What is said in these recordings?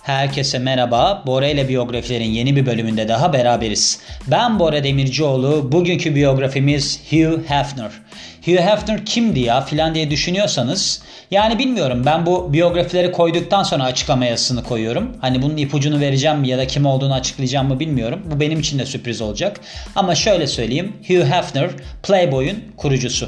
Herkese merhaba. Bora ile biyografilerin yeni bir bölümünde daha beraberiz. Ben Bora Demircioğlu. Bugünkü biyografimiz Hugh Hefner. Hugh Hefner kimdi ya filan diye düşünüyorsanız, yani bilmiyorum, ben bu biyografileri koyduktan sonra açıklama yazısını koyuyorum. Hani bunun ipucunu vereceğim mi ya da kim olduğunu açıklayacağım mı bilmiyorum. Bu benim için de sürpriz olacak. Ama şöyle söyleyeyim. Hugh Hefner Playboy'un kurucusu.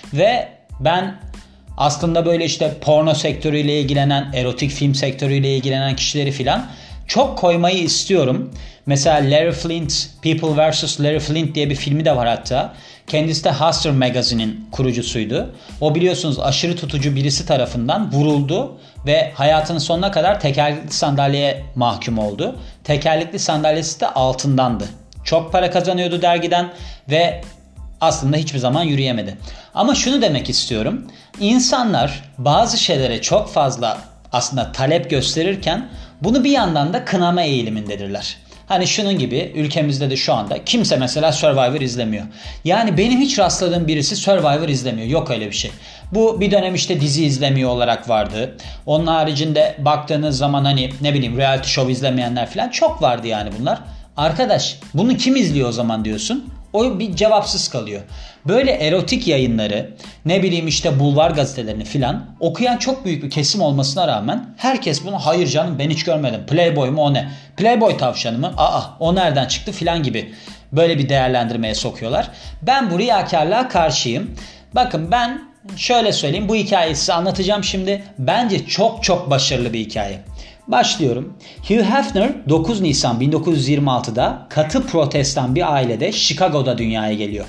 Ve ben aslında böyle işte porno sektörüyle ilgilenen, erotik film sektörüyle ilgilenen kişileri filan çok koymayı istiyorum. Mesela Larry Flynt, People vs. Larry Flynt diye bir filmi de var hatta. Kendisi de Hustler Magazine'in kurucusuydu. O biliyorsunuz aşırı tutucu birisi tarafından vuruldu ve hayatının sonuna kadar tekerlekli sandalyeye mahkum oldu. Tekerlekli sandalyesi de altındandı. Çok para kazanıyordu dergiden ve aslında hiçbir zaman yürüyemedi. Ama şunu demek istiyorum. İnsanlar bazı şeylere çok fazla aslında talep gösterirken bunu bir yandan da kınama eğilimindedirler. Hani şunun gibi, ülkemizde de şu anda kimse mesela Survivor izlemiyor. Yani benim hiç rastladığım birisi Survivor izlemiyor. Yok öyle bir şey. Bu bir dönem işte dizi izlemiyor olarak vardı. Onun haricinde baktığınız zaman hani ne bileyim reality show izlemeyenler falan çok vardı yani bunlar. Arkadaş bunu kim izliyor o zaman diyorsun. O bir cevapsız kalıyor. Böyle erotik yayınları, ne bileyim işte bulvar gazetelerini filan okuyan çok büyük bir kesim olmasına rağmen herkes bunu hayır canım ben hiç görmedim. Playboy mu o ne? Playboy tavşanı mı? Aa o nereden çıktı filan gibi böyle bir değerlendirmeye sokuyorlar. Ben bu riyakarlığa karşıyım. Bakın ben şöyle söyleyeyim, bu hikayeyi size anlatacağım şimdi. Bence çok çok başarılı bir hikaye. Başlıyorum. Hugh Hefner 9 Nisan 1926'da katı protestan bir ailede Chicago'da dünyaya geliyor.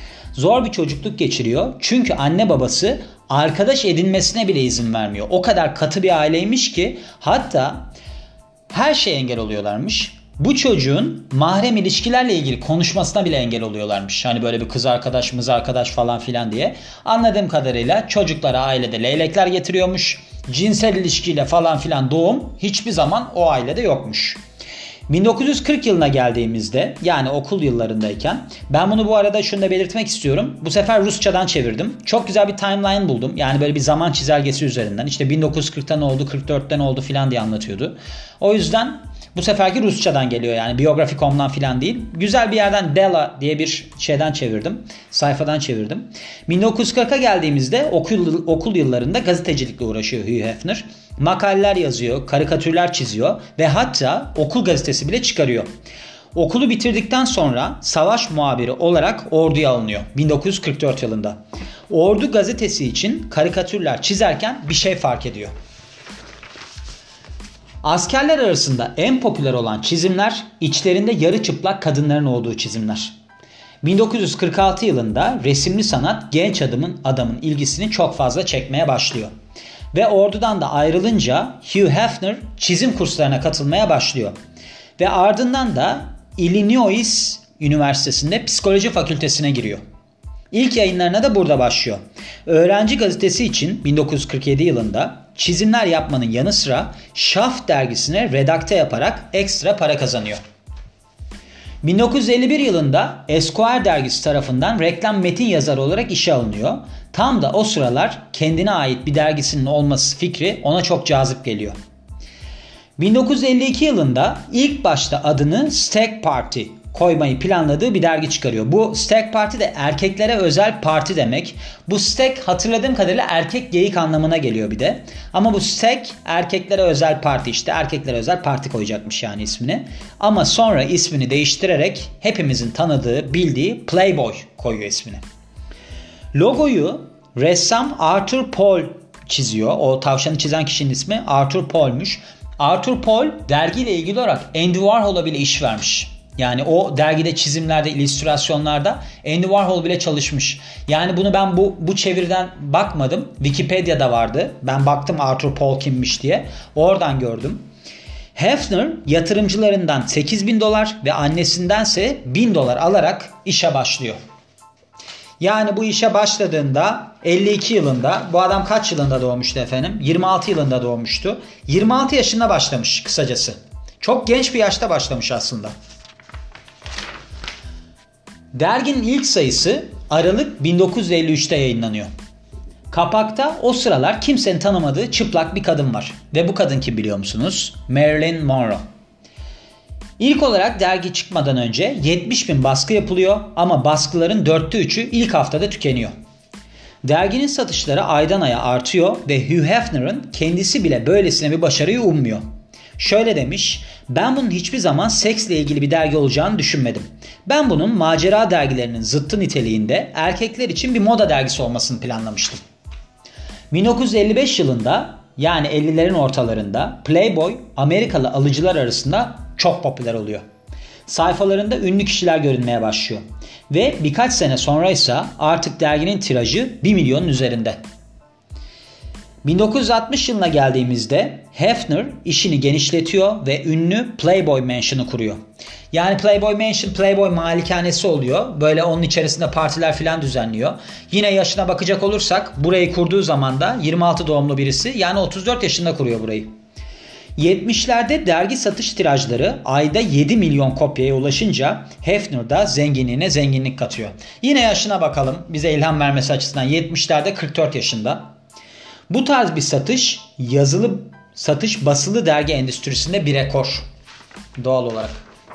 Zor bir çocukluk geçiriyor çünkü anne babası arkadaş edinmesine bile izin vermiyor. O kadar katı bir aileymiş ki hatta her şeye engel oluyorlarmış. Bu çocuğun mahrem ilişkilerle ilgili konuşmasına bile engel oluyorlarmış. Hani böyle bir kız arkadaş, mız arkadaş falan filan diye. Anladığım kadarıyla çocuklara ailede leylekler getiriyormuş. Cinsel ilişkiyle falan filan doğum hiçbir zaman o ailede yokmuş. 1940 yılına geldiğimizde, yani okul yıllarındayken, ben bunu bu arada şunu da belirtmek istiyorum. Bu sefer Rusçadan çevirdim. Çok güzel bir timeline buldum. Yani böyle bir zaman çizelgesi üzerinden. İşte 1940'ta ne oldu, 44'te ne oldu filan diye anlatıyordu. O yüzden bu seferki Rusçadan geliyor, yani Biyografi.com'dan filan değil. Güzel bir yerden Dela diye bir şeyden çevirdim. Sayfadan çevirdim. 1940'a geldiğimizde okul yıllarında gazetecilikle uğraşıyor Hugh Hefner. Makaleler yazıyor, karikatürler çiziyor ve hatta okul gazetesi bile çıkarıyor. Okulu bitirdikten sonra savaş muhabiri olarak orduya alınıyor 1944 yılında. Ordu gazetesi için karikatürler çizerken bir şey fark ediyor. Askerler arasında en popüler olan çizimler içlerinde yarı çıplak kadınların olduğu çizimler. 1946 yılında resimli sanat genç adamın ilgisini çok fazla çekmeye başlıyor. Ve ordudan da ayrılınca Hugh Hefner çizim kurslarına katılmaya başlıyor. Ve ardından da Illinois Üniversitesi'nde psikoloji fakültesine giriyor. İlk yayınlarına da burada başlıyor. Öğrenci gazetesi için 1947 yılında çizimler yapmanın yanı sıra Shaft dergisine redakte yaparak ekstra para kazanıyor. 1951 yılında Esquire dergisi tarafından reklam metin yazarı olarak işe alınıyor. Tam da o sıralar kendine ait bir dergisinin olması fikri ona çok cazip geliyor. 1952 yılında ilk başta adını Stag Party koymayı planladığı bir dergi çıkarıyor. Bu Stag Party de erkeklere özel parti demek. Bu Stag hatırladığım kadarıyla erkek geyik anlamına geliyor bir de. Ama bu Stag erkeklere özel parti, işte erkeklere özel parti koyacakmış yani ismini. Ama sonra ismini değiştirerek hepimizin tanıdığı, bildiği Playboy koyuyor ismini. Logoyu ressam Arthur Paul çiziyor. O tavşanı çizen kişinin ismi Arthur Paul'muş. Arthur Paul dergiyle ilgili olarak Andy Warhol'a bile iş vermiş. Yani o dergide çizimlerde, illüstrasyonlarda Andy Warhol bile çalışmış. Yani bunu ben bu çeviriden bakmadım. Wikipedia'da vardı. Ben baktım Arthur Paul kimmiş diye. Oradan gördüm. Hefner yatırımcılarından $8.000 ve annesindense $1.000 alarak işe başlıyor. Yani bu işe başladığında 52 yılında, bu adam kaç yılında doğmuştu efendim? 26 yılında doğmuştu. 26 yaşında başlamış kısacası. Çok genç bir yaşta başlamış aslında. Derginin ilk sayısı Aralık 1953'te yayınlanıyor. Kapakta o sıralar kimsenin tanımadığı çıplak bir kadın var. Ve bu kadın kim biliyor musunuz? Marilyn Monroe. İlk olarak dergi çıkmadan önce 70.000 baskı yapılıyor ama baskıların 3'ü ilk haftada tükeniyor. Derginin satışları aydan aya artıyor ve Hugh Hefner'ın kendisi bile böylesine bir başarıyı ummuyor. Şöyle demiş, ben bunun hiçbir zaman seksle ilgili bir dergi olacağını düşünmedim. Ben bunun macera dergilerinin zıttı niteliğinde erkekler için bir moda dergisi olmasını planlamıştım. 1955 yılında yani 50'lerin ortalarında Playboy Amerikalı alıcılar arasında çok popüler oluyor. Sayfalarında ünlü kişiler görünmeye başlıyor. Ve birkaç sene sonra ise artık derginin tirajı 1 milyonun üzerinde. 1960 yılına geldiğimizde Hefner işini genişletiyor ve ünlü Playboy Mansion'ı kuruyor. Yani Playboy Mansion, Playboy malikanesi oluyor. Böyle onun içerisinde partiler falan düzenliyor. Yine yaşına bakacak olursak burayı kurduğu zaman da 26 doğumlu birisi, yani 34 yaşında kuruyor burayı. 70'lerde dergi satış tirajları ayda 7 milyon kopyaya ulaşınca Hefner da zenginliğine zenginlik katıyor. Yine yaşına bakalım bize ilham vermesi açısından, 70'lerde 44 yaşında. Bu tarz bir satış yazılı satış basılı dergi endüstrisinde bir rekor doğal olarak.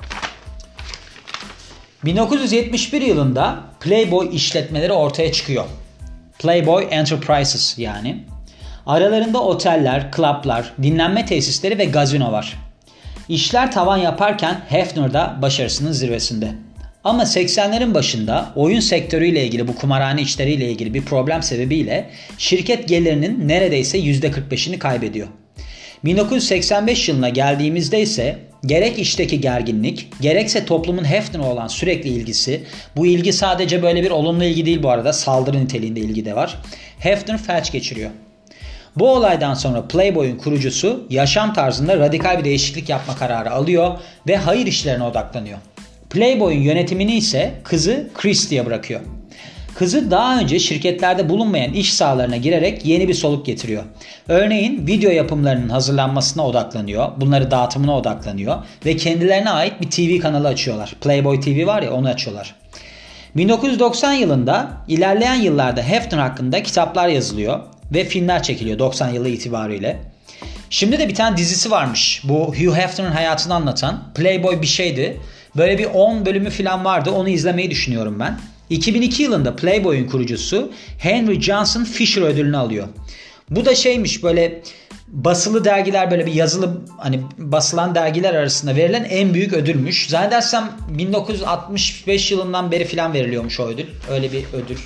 1971 yılında Playboy işletmeleri ortaya çıkıyor. Playboy Enterprises yani. Aralarında oteller, klaplar, dinlenme tesisleri ve gazino var. İşler tavan yaparken Hefner da başarısının zirvesinde. Ama 80'lerin başında oyun sektörüyle ilgili bu kumarhane işleriyle ilgili bir problem sebebiyle şirket gelirinin neredeyse %45'ini kaybediyor. 1985 yılına geldiğimizde ise gerek işteki gerginlik, gerekse toplumun Hefner'e olan sürekli ilgisi, bu ilgi sadece böyle bir olumlu ilgi değil bu arada, saldırı niteliğinde ilgi de var. Hefner felç geçiriyor. Bu olaydan sonra Playboy'un kurucusu yaşam tarzında radikal bir değişiklik yapma kararı alıyor ve hayır işlerine odaklanıyor. Playboy'un yönetimini ise kızı Christie'ye bırakıyor. Kızı daha önce şirketlerde bulunmayan iş sahalarına girerek yeni bir soluk getiriyor. Örneğin video yapımlarının hazırlanmasına odaklanıyor, bunları dağıtımına odaklanıyor ve kendilerine ait bir TV kanalı açıyorlar. Playboy TV var ya, onu açıyorlar. 1990 yılında ilerleyen yıllarda Hefner hakkında kitaplar yazılıyor ve filmler çekiliyor 90 yılı itibariyle. Şimdi de bir tane dizisi varmış. Bu Hugh Hefner'ın hayatını anlatan Playboy bir şeydi. Böyle bir 10 bölümü falan vardı. Onu izlemeyi düşünüyorum ben. 2002 yılında Playboy'un kurucusu Henry Johnson Fisher ödülünü alıyor. Bu da şeymiş, böyle basılı dergiler, böyle bir yazılı hani basılan dergiler arasında verilen en büyük ödülmüş. Zannedersem 1965 yılından beri falan veriliyormuş o ödül. Öyle bir ödül.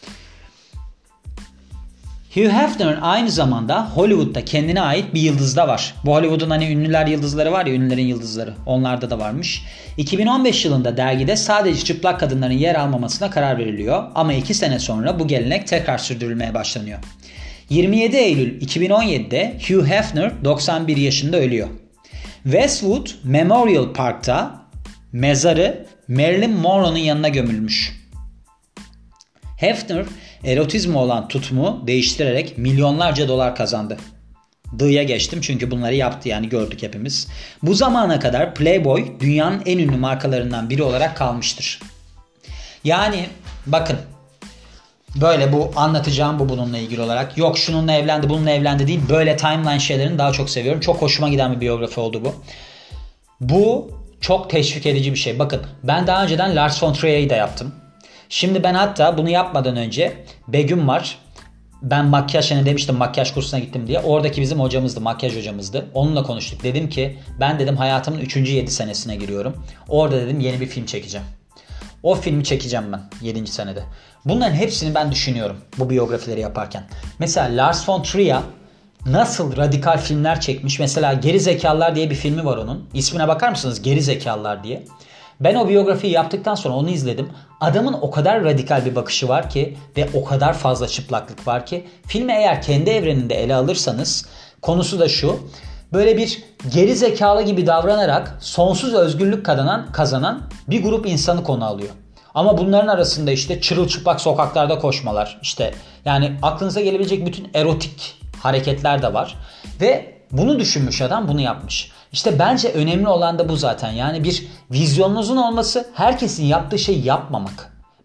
Hugh Hefner'ın aynı zamanda Hollywood'da kendine ait bir yıldız da var. Bu Hollywood'un hani ünlüler yıldızları var ya, ünlülerin yıldızları. Onlarda da varmış. 2015 yılında dergide sadece çıplak kadınların yer almamasına karar veriliyor. Ama 2 sene sonra bu gelenek tekrar sürdürülmeye başlanıyor. 27 Eylül 2017'de Hugh Hefner 91 yaşında ölüyor. Westwood Memorial Park'ta mezarı Marilyn Monroe'nun yanına gömülmüş. Hefner erotizme olan tutumu değiştirerek milyonlarca dolar kazandı. D'ya geçtim çünkü bunları yaptı, yani gördük hepimiz. Bu zamana kadar Playboy dünyanın en ünlü markalarından biri olarak kalmıştır. Yani bakın, böyle bu anlatacağım bu bununla ilgili olarak. Yok şununla evlendi, bununla evlendi değil. Böyle timeline şeylerini daha çok seviyorum. Çok hoşuma giden bir biyografi oldu bu. Bu çok teşvik edici bir şey. Bakın, ben daha önceden Lars von Trier'i de yaptım. Şimdi ben hatta bunu yapmadan önce Begüm var. Ben makyaj, hani demiştim makyaj kursuna gittim diye. Oradaki bizim hocamızdı, makyaj hocamızdı. Onunla konuştuk. Dedim ki ben dedim hayatımın 3. 7 senesine giriyorum. Orada dedim yeni bir film çekeceğim. O filmi çekeceğim ben 7. senede. Bunların hepsini ben düşünüyorum bu biyografileri yaparken. Mesela Lars von Trier nasıl radikal filmler çekmiş. Mesela Geri Zekalılar diye bir filmi var onun. İsmine bakar mısınız? Geri Zekalılar diye. Ben o biyografiyi yaptıktan sonra onu izledim. Adamın o kadar radikal bir bakışı var ki ve o kadar fazla çıplaklık var ki, filmi eğer kendi evreninde ele alırsanız konusu da şu: böyle bir geri zekalı gibi davranarak sonsuz özgürlük kazanan bir grup insanı konu alıyor. Ama bunların arasında işte çırılçıplak sokaklarda koşmalar, işte yani aklınıza gelebilecek bütün erotik hareketler de var ve bunu düşünmüş adam, bunu yapmış. İşte bence önemli olan da bu zaten. Yani bir vizyonunuzun olması, herkesin yaptığı şeyi yapmamak.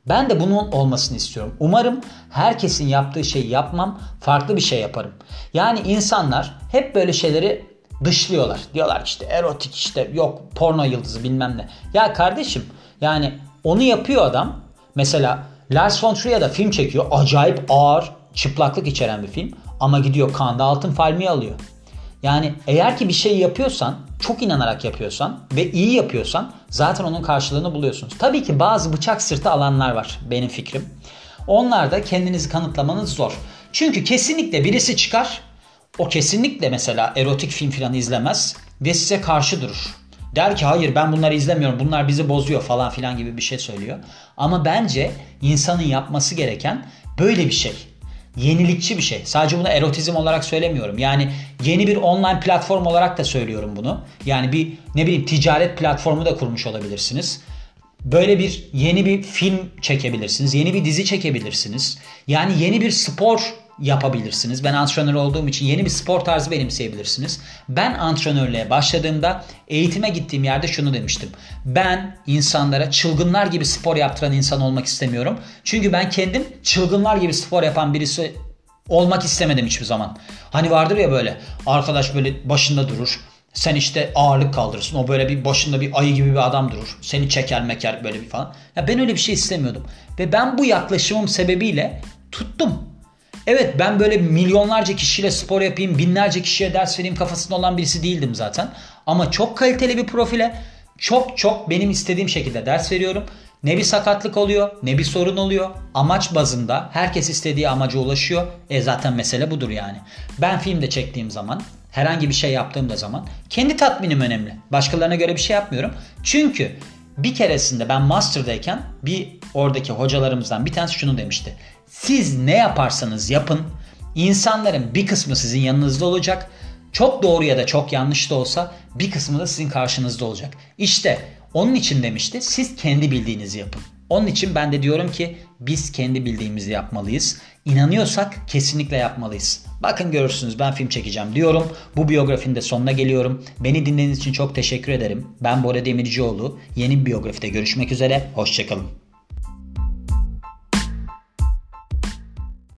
Ben de bunun olmasını istiyorum. Umarım herkesin yaptığı şeyi yapmam, farklı bir şey yaparım. Yani insanlar hep böyle şeyleri dışlıyorlar. Diyorlar işte erotik, işte yok porno yıldızı bilmem ne. Ya kardeşim, yani onu yapıyor adam. Mesela Lars von Trier da film çekiyor. Acayip ağır, çıplaklık içeren bir film. Ama gidiyor Cannes'da altın palmiye alıyor. Yani eğer ki bir şey yapıyorsan, çok inanarak yapıyorsan ve iyi yapıyorsan zaten onun karşılığını buluyorsunuz. Tabii ki bazı bıçak sırtı alanlar var, benim fikrim. Onlar da kendinizi kanıtlamanız zor. Çünkü kesinlikle birisi çıkar, o kesinlikle mesela erotik film falan izlemez ve size karşı durur. Der ki hayır, ben bunları izlemiyorum, bunlar bizi bozuyor falan filan gibi bir şey söylüyor. Ama bence insanın yapması gereken böyle bir şey. Yenilikçi bir şey. Sadece bunu erotizm olarak söylemiyorum. Yani yeni bir online platform olarak da söylüyorum bunu. Yani bir ne bileyim ticaret platformu da kurmuş olabilirsiniz. Böyle yeni bir film çekebilirsiniz. Yeni bir dizi çekebilirsiniz. Yani yeni bir spor yapabilirsiniz. Ben antrenör olduğum için yeni bir spor tarzı benimseyebilirsiniz. Ben antrenörlüğe başladığımda eğitime gittiğim yerde şunu demiştim. Ben insanlara çılgınlar gibi spor yaptıran insan olmak istemiyorum. Çünkü ben kendim çılgınlar gibi spor yapan birisi olmak istemedim hiçbir zaman. Hani vardır ya böyle arkadaş böyle başında durur. Sen işte ağırlık kaldırırsın. O böyle bir başında bir ayı gibi bir adam durur. Seni çeker meker böyle bir falan. Ya ben öyle bir şey istemiyordum. Ve ben bu yaklaşımım sebebiyle tuttum. Evet, ben böyle milyonlarca kişiyle spor yapayım, binlerce kişiye ders vereyim kafasında olan birisi değildim zaten. Ama çok kaliteli bir profile çok benim istediğim şekilde ders veriyorum. Ne bir sakatlık oluyor, ne bir sorun oluyor. Amaç bazında herkes istediği amaca ulaşıyor. Zaten mesele budur yani. Ben filmde çektiğim zaman, herhangi bir şey yaptığımda zaman kendi tatminim önemli. Başkalarına göre bir şey yapmıyorum. Çünkü bir keresinde ben master'dayken bir oradaki hocalarımızdan bir tanesi şunu demişti. Siz ne yaparsanız yapın, insanların bir kısmı sizin yanınızda olacak. Çok doğru ya da çok yanlış da olsa bir kısmı da sizin karşınızda olacak. İşte onun için demişti, siz kendi bildiğinizi yapın. Onun için ben de diyorum ki biz kendi bildiğimizi yapmalıyız. İnanıyorsak kesinlikle yapmalıyız. Bakın görürsünüz, ben film çekeceğim diyorum. Bu biyografinin de sonuna geliyorum. Beni dinlediğiniz için çok teşekkür ederim. Ben Bora Demircioğlu. Yeni bir biyografide görüşmek üzere. Hoşçakalın.